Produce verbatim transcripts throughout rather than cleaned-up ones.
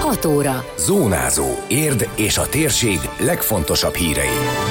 hat óra. Zónázó. Érd és a térség legfontosabb hírei.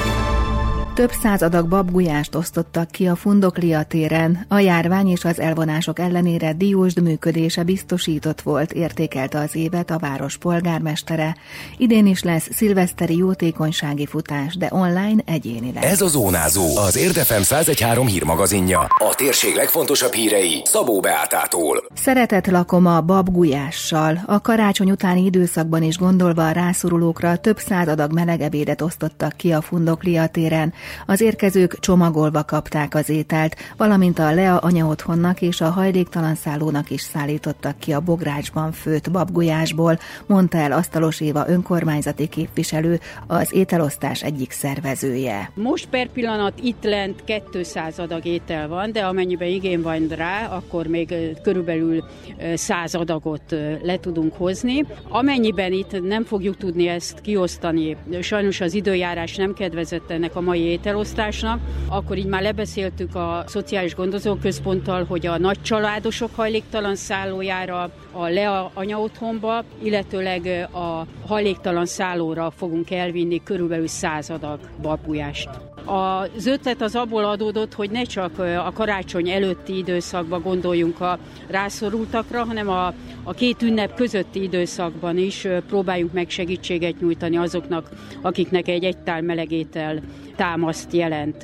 Több száz adag babgulyást osztottak ki a Fundoklia téren. A járvány és az elvonások ellenére Diósd működése biztosított volt, értékelte az évet a város polgármestere. Idén is lesz szilveszteri jótékonysági futás, de online egyénileg. Ez a Zónázó, az Érd ef em száz egy három hírmagazinja. A térség legfontosabb hírei Szabó Beátától. Szeretett lakom a babgulyással. A karácsony utáni időszakban is gondolva a rászorulókra több száz adag melegebédet osztottak ki a Fundoklia téren. Az érkezők csomagolva kapták az ételt, valamint a Lea anyaotthonnak és a hajléktalan szállónak is szállítottak ki a Bográcsban főtt babgulyásból, mondta el Asztalos Éva önkormányzati képviselő, az ételosztás egyik szervezője. Most per pillanat itt lent kétszáz adag étel van, de amennyiben igény van rá, akkor még körülbelül száz adagot le tudunk hozni. Amennyiben itt nem fogjuk tudni ezt kiosztani, sajnos az időjárás nem kedvezett ennek a mai ételosztásnak, akkor így már lebeszéltük a Szociális Gondozóközponttal, hogy a nagy családosok hajléktalan szállójára, a Lea anyaotthonba, illetőleg a hajléktalan szállóra fogunk elvinni körülbelül száz adag babgulyást. Az ötlet az abból adódott, hogy ne csak a karácsony előtti időszakban gondoljunk a rászorultakra, hanem a, a két ünnep közötti időszakban is próbáljunk meg segítséget nyújtani azoknak, akiknek egy egytál melegétel támaszt jelent.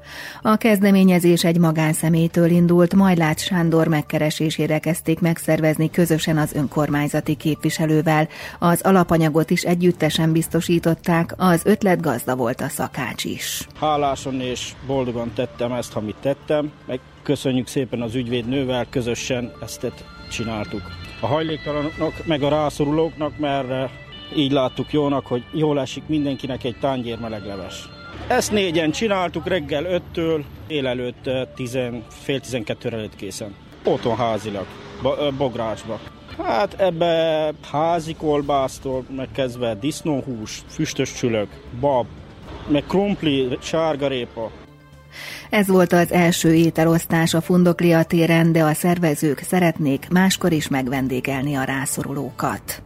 A kezdeményezés egy magánszemélytől indult, Majláth Sándor megkeresésére kezdték megszervezni közösen az önkormányzati képviselővel. Az alapanyagot is együttesen biztosították, az ötlet gazda volt a szakács is. Hálásan és boldogan tettem ezt, amit tettem, meg köszönjük szépen az ügyvédnővel, közösen ezt csináltuk. A hajléktalanoknak, meg a rászorulóknak, mert így láttuk jónak, hogy jól esik mindenkinek egy tányér meleg leves. Ezt négyen csináltuk reggel öttől, délelőtt tizen, fél tizenkettőre lett készen. Otthon házilag, Bográcsba. Hát ebbe házi kolbásztól megkezdve disznóhús, füstös csülök, bab, meg krumpli, sárgarépa. Ez volt az első ételosztás a Fundoklia téren, de a szervezők szeretnék máskor is megvendégelni a rászorulókat.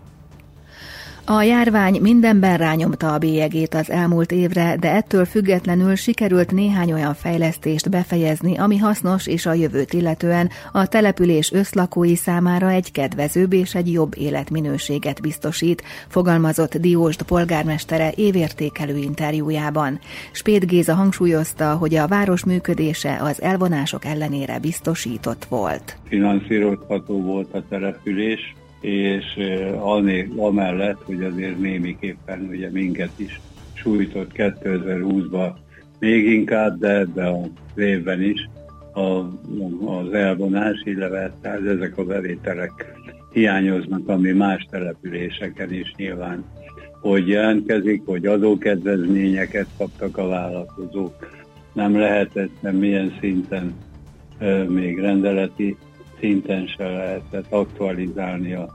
A járvány mindenben rányomta a bélyegét az elmúlt évre, de ettől függetlenül sikerült néhány olyan fejlesztést befejezni, ami hasznos és a jövőt illetően a település összlakói számára egy kedvezőbb és egy jobb életminőséget biztosít, fogalmazott Diósd polgármestere évértékelő interjújában. Spéd Géza hangsúlyozta, hogy a város működése az elvonások ellenére biztosított volt. Finanszírozható volt a település, és amellett, hogy azért némiképpen ugye minket is sújtott kétezer-húszban még inkább, de ebben az évben is a, az elvonás, illetve ezek a bevételek hiányoznak, ami más településeken is nyilván hogy jelentkezik, hogy adókedvezményeket kaptak a vállalkozók. Nem lehetett, nem milyen szinten, még rendeleti szinten se lehetett aktualizálni a,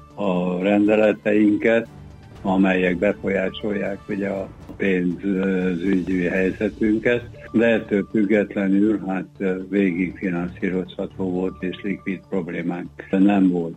a rendeleteinket, amelyek befolyásolják ugye a pénzügyi helyzetünket, de ettől függetlenül hát végig finanszírozható volt és likvid problémánk nem volt.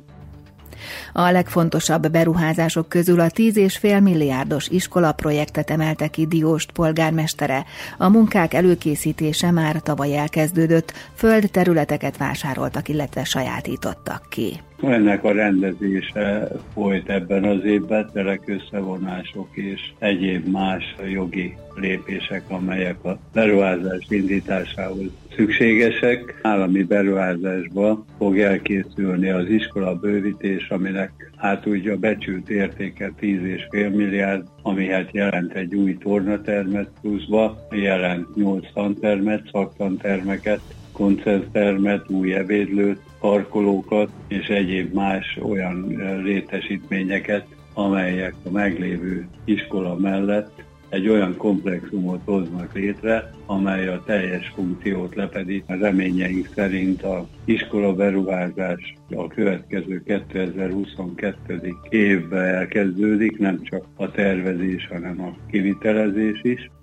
A legfontosabb beruházások közül a tíz és fél milliárdos iskolaprojektet emelte ki Diósd polgármestere. A munkák előkészítése már tavaly elkezdődött, földterületeket vásároltak, illetve sajátítottak ki. Ennek a rendezése folyt ebben az évben, telek összevonások és egyéb más jogi lépések, amelyek a beruházás indításához szükségesek. Állami beruházásba fog elkészülni az iskola bővítés, aminek hát úgy a becsült értéke tíz és fél milliárd, ami hát jelent egy új tornatermet pluszba, jelent nyolc tantermet, szaktantermeket, koncerttermet, új ebédlőt, parkolókat és egyéb más olyan létesítményeket, amelyek a meglévő iskola mellett egy olyan komplexumot hoznak létre, amely a teljes funkciót lepedi. A reményeink szerint az iskola beruházás a következő kétezer-huszonkettő. évben elkezdődik, nem csak a tervezés, hanem a kivitelezés is.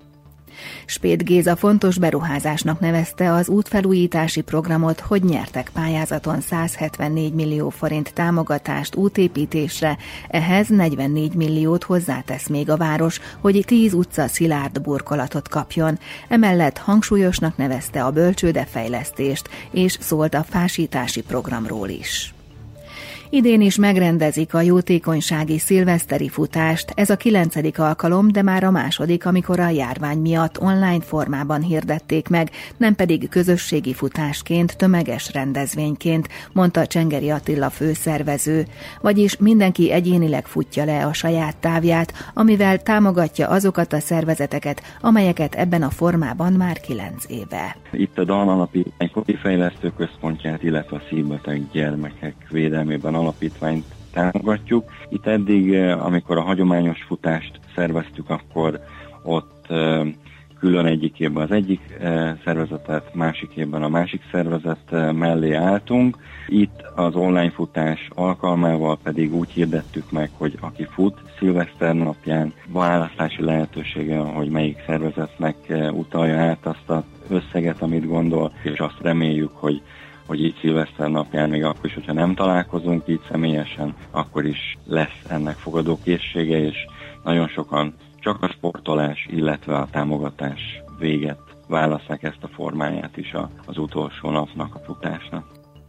Spéd Géza fontos beruházásnak nevezte az útfelújítási programot, hogy nyertek pályázaton száz hetvennégy millió forint támogatást útépítésre, ehhez negyvennégy milliót hozzátesz még a város, hogy tíz utca szilárd burkolatot kapjon. Emellett hangsúlyosnak nevezte a bölcsődefejlesztést, és szólt a fásítási programról is. Idén is megrendezik a jótékonysági szilveszteri futást, ez a kilencedik alkalom, de már a második, amikor a járvány miatt online formában hirdették meg, nem pedig közösségi futásként, tömeges rendezvényként, mondta Csengeri Attila főszervező. Vagyis mindenki egyénileg futja le a saját távját, amivel támogatja azokat a szervezeteket, amelyeket ebben a formában már kilenc éve. Itt a Dahn Alapítvány Kofifejlesztő Központját, illetve a szívbeteg gyermekek védelmében alapítványt támogatjuk. Itt eddig, amikor a hagyományos futást szerveztük, akkor ott külön egyikében az egyik szervezetet, másikében a másik szervezet mellé álltunk. Itt az online futás alkalmával pedig úgy hirdettük meg, hogy aki fut szilveszter napján, választási lehetősége, hogy melyik szervezetnek utalja át azt az összeget, amit gondol, és azt reméljük, hogy hogy így szilveszter napján, még akkor is, hogyha nem találkozunk így személyesen, akkor is lesz ennek fogadókészsége, és nagyon sokan csak a sportolás, illetve a támogatás véget válasszák ezt a formáját is az utolsó napnak, a futásnak.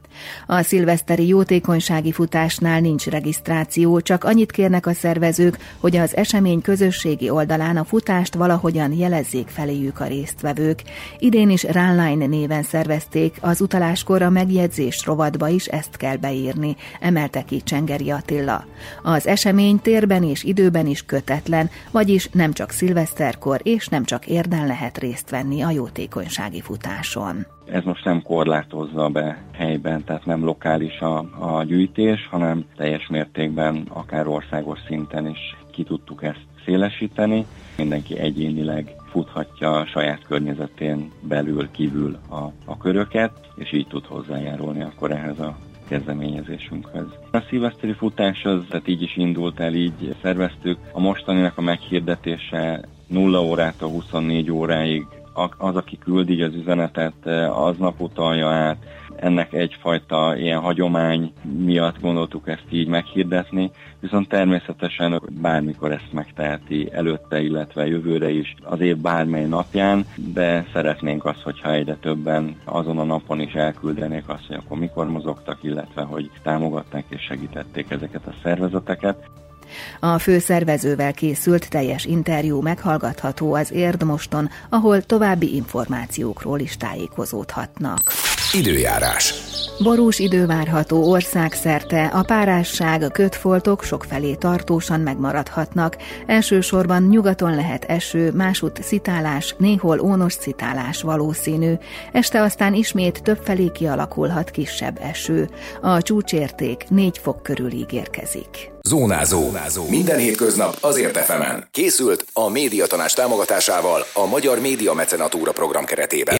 A szilveszteri jótékonysági futásnál nincs regisztráció, csak annyit kérnek a szervezők, hogy az esemény közösségi oldalán a futást valahogyan jelezzék feléjük a résztvevők. Idén is Runline néven szervezték, az utaláskor a megjegyzés rovatba is ezt kell beírni, emelte ki Csengeri Attila. Az esemény térben és időben is kötetlen, vagyis nem csak szilveszterkor és nem csak érden lehet részt venni a jótékonysági futáson. Ez most nem korlátozza be helyben, tehát nem lokális a, a gyűjtés, hanem teljes mértékben, akár országos szinten is ki tudtuk ezt szélesíteni. Mindenki egyénileg futhatja a saját környezetén belül, kívül a, a köröket, és így tud hozzájárulni akkor ehhez a kezdeményezésünkhöz. A szilveszteri futás az, tehát így is indult el, így szerveztük. A mostaninak a meghirdetése nulla órától huszonnégy óráig az, aki küldi az üzenetet, aznap utalja át. Ennek egyfajta ilyen hagyomány miatt gondoltuk ezt így meghirdetni, viszont természetesen bármikor ezt megteheti előtte, illetve jövőre is, az év bármely napján, de szeretnénk azt, hogyha egyre többen azon a napon is elküldenék azt, hogy akkor mikor mozogtak, illetve hogy támogatták és segítették ezeket a szervezeteket. A főszervezővel készült teljes interjú meghallgatható az Érdmoston, ahol további információkról is tájékozódhatnak. Időjárás. Borús idő várható országszerte, a párásság, a kötfoltok sokfelé tartósan megmaradhatnak. Elsősorban nyugaton lehet eső, másút szitálás, néhol ónos szitálás valószínű. Este aztán ismét többfelé kialakulhat kisebb eső. A csúcsérték négy fok körül ígérkezik. Zónázó. Minden hétköznap az Ért ef emen. Készült a Médiatanács támogatásával a Magyar Média Mecenatúra program keretében.